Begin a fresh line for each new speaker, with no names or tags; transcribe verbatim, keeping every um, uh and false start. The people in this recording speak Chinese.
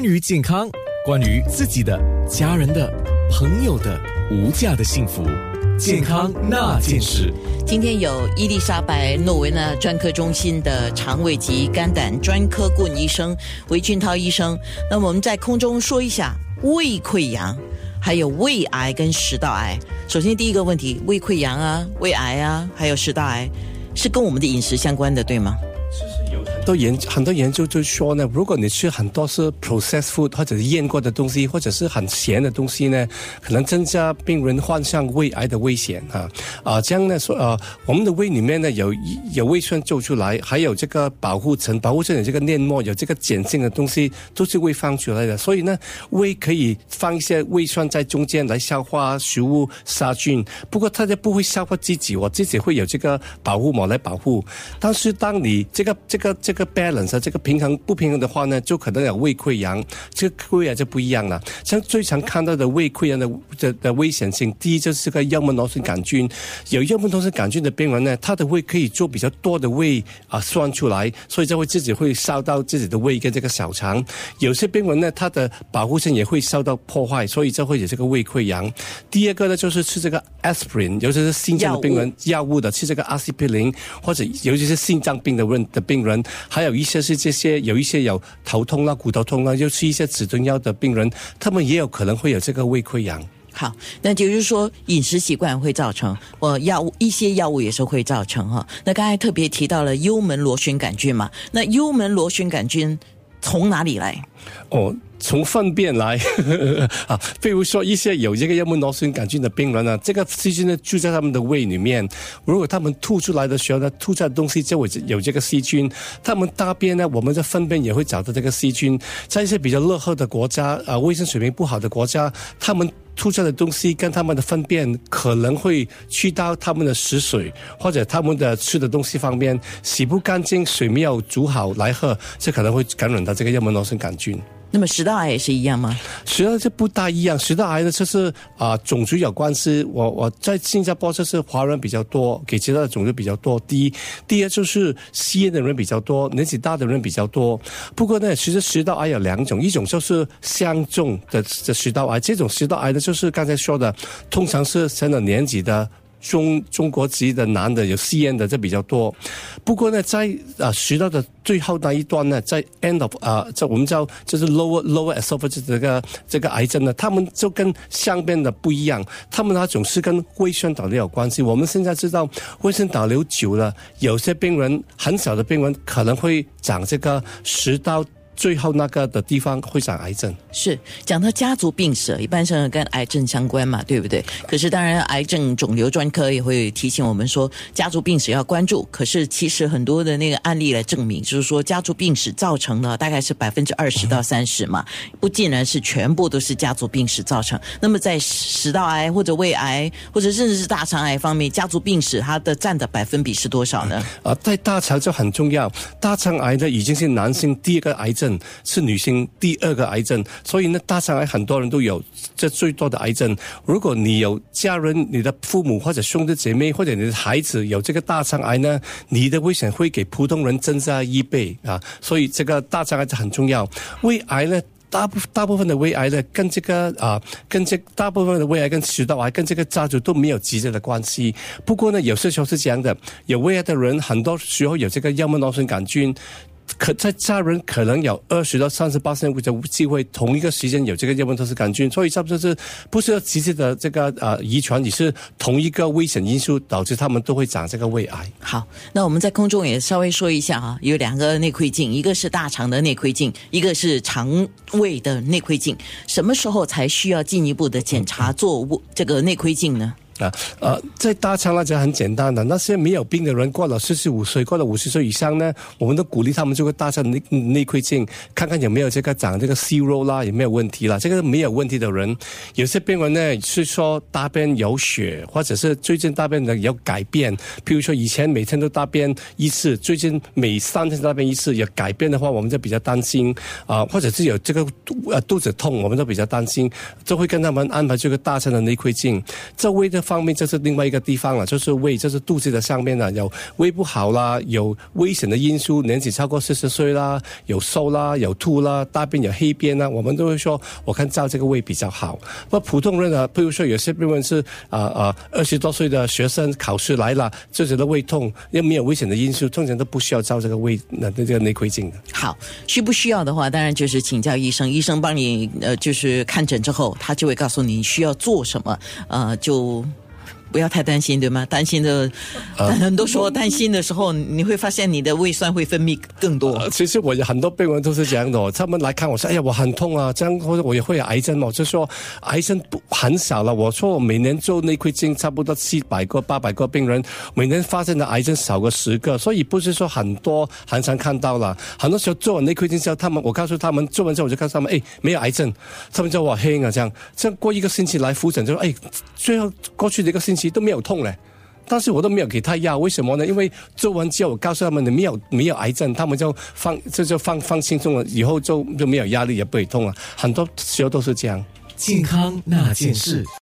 关于健康，关于自己的、家人的、朋友的无价的幸福，健康那件事。
今天有伊丽莎白诺维纳专科中心的肠胃及肝胆专科顾问医生韦俊涛医生。那么我们在空中说一下胃溃疡，还有胃癌跟食道癌。首先第一个问题，胃溃疡啊、胃癌啊，还有食道癌，是跟我们的饮食相关的，对吗？
很多研很多研究就说呢，如果你吃很多是 processed food 或者是腌过的东西，或者是很咸的东西呢，可能增加病人患上胃癌的危险啊啊！这样呢说啊，我们的胃里面呢有有胃酸做出来，还有这个保护层，保护层有这个黏膜，有这个碱性的东西，都是胃放出来的。所以呢，胃可以放一些胃酸在中间来消化食物、杀菌。不过它就不会消化自己，我自己会有这个保护膜来保护。但是当你这个这个这个 balance 这个平衡不平衡的话呢，就可能有胃溃疡。这个溃疡就不一样了。像最常看到的胃溃疡的 的, 的危险性，第一就是这个幽门螺旋杆菌。有幽门螺旋杆菌的病人呢，他的胃可以做比较多的胃啊酸出来，所以就会自己会烧到自己的胃跟这个小肠。有些病人呢，他的保护层也会受到破坏，所以就会有这个胃溃疡。第二个呢，就是吃这个 aspirin， 尤其是心脏的病人，药物的吃这个阿司匹林，或者尤其是心脏病的人的病人。还有一些是这些有一些有头痛啊、骨头痛啊，又是一些止痛药的病人，他们也有可能会有这个胃溃疡。
好，那就是说饮食习惯会造成，我药物一些药物也是会造成哈。那刚才特别提到了幽门螺旋杆菌嘛，那幽门螺旋杆菌从哪里来？
哦，从粪便来啊，比如说一些有这个幽门螺旋杆菌的病人呢，这个细菌呢住在他们的胃里面，如果他们吐出来的时候呢，吐出来的东西就会有这个细菌，他们大便呢，我们的粪便也会找到这个细菌。在一些比较落后的国家啊，卫生水平不好的国家，他们吐出来的东西跟他们的粪便可能会去到他们的食水或者他们的吃的东西方面，洗不干净，水没有煮好来喝，这可能会感染到这个幽门螺旋杆菌。
那么食道癌也是一样吗？
食道就不大一样，食道癌的就是啊、呃、种族有关系。我我在新加坡就是华人比较多，给其他的种族比较多。第一，第二就是吸烟的人比较多，年纪大的人比较多。不过呢，其实食道癌有两种，一种就是相中的的食道癌，这种食道癌呢就是刚才说的，通常是上了年纪的。中中国籍的男的有吸烟的这比较多，不过呢，在啊食道的最后那一端呢，在 end of 啊，这我们叫就是 lower lower esophagus 这个这个癌症呢，他们就跟上边的不一样，他们那种是跟胃酸倒流有关系。我们现在知道胃酸倒流久了，有些病人很小的病人可能会长这个食道最后那个的地方会长癌症。
是讲到家族病史，一般上跟癌症相关嘛，对不对？可是当然癌症肿瘤专科也会提醒我们说家族病史要关注，可是其实很多的那个案例来证明，就是说家族病史造成了大概是百分之二十到三十嘛，不尽然是全部都是家族病史造成。那么在食道癌或者胃癌或者甚至是大肠癌方面，家族病史它的占的百分比是多少呢？
啊，在大肠就很重要，大肠癌呢已经是男性第一个癌症，是女性第二个癌症，所以呢，大肠癌很多人都有这最多的癌症。如果你有家人、你的父母或者兄弟姐妹或者你的孩子有这个大肠癌呢，你的危险会给普通人增加一倍啊！所以这个大肠癌很重要。胃癌呢？大部大部分的胃癌呢，跟这个啊，跟这大部分的胃癌跟食道癌跟这个家族都没有直接的关系。不过呢，有些时候是这样的，有胃癌的人，很多时候有这个幽门螺旋杆菌。可在家人可能有二十到三十八%的机会同一个时间有这个幽门螺旋杆菌，所以差不多是不是直接的这个呃遗传，也是同一个危险因素导致他们都会长这个胃癌。
好，那我们在空中也稍微说一下哈，有两个内窥镜，一个是大肠的内窥镜，一个是肠胃的内窥镜。什么时候才需要进一步的检查做这个内窥镜呢？
啊呃，在大肠那就很简单的，那些没有病的人过了四十五岁，过了五十岁以上呢，我们都鼓励他们做个大肠内内窥镜，看看有没有这个长这个息肉啦，有没有问题啦。这个没有问题的人，有些病人呢是说大便有血，或者是最近大便的有改变，譬如说以前每天都大便一次，最近每三天大便一次，有改变的话，我们就比较担心啊、呃，或者是有这个呃肚子痛，我们都比较担心，就会跟他们安排这个大肠的内窥镜。这胃的方方面就是另外一个地方了，就是胃，就是肚子的上面了，有胃不好啦，有危险的因素，年纪超过四十岁啦，有瘦啦，有吐啦，大便有黑便啦，我们都会说，我看照这个胃比较好。不普通人啊，比如说有些病人是啊啊二十多岁的学生考试来了，就觉得胃痛，又没有危险的因素，通常都不需要照这个胃那这个内窥镜的。
好，需不需要的话，当然就是请教医生，医生帮你呃就是看诊之后，他就会告诉你需要做什么，呃就。不要太担心，对吗？担心的，呃、很多时候担心的时候，你会发现你的胃酸会分泌更多。
呃、其实我有很多病人都是这样的，他们来看我说：“哎呀，我很痛啊！”这样或者我也会有癌症嘛，我就说癌症不很少了。我说我每年做内窥镜，差不多七百个、八百个病人，每年发现的癌症少个十个，所以不是说很多很常看到了。很多时候做完内窥镜之后，他们我告诉他们做完之后，我就告诉他们：“哎，没有癌症。”他们就哇嘿啊这样，这样过一个星期来复诊就说：“哎，最后过去的一个星期。”都没有痛嘞，但是我都没有给他药，为什么呢？因为做完之后我告诉他们你没有没有癌症，他们就放这就放放轻松了，以后就就没有压力也不会痛了，很多时候都是这样。
健康那件事。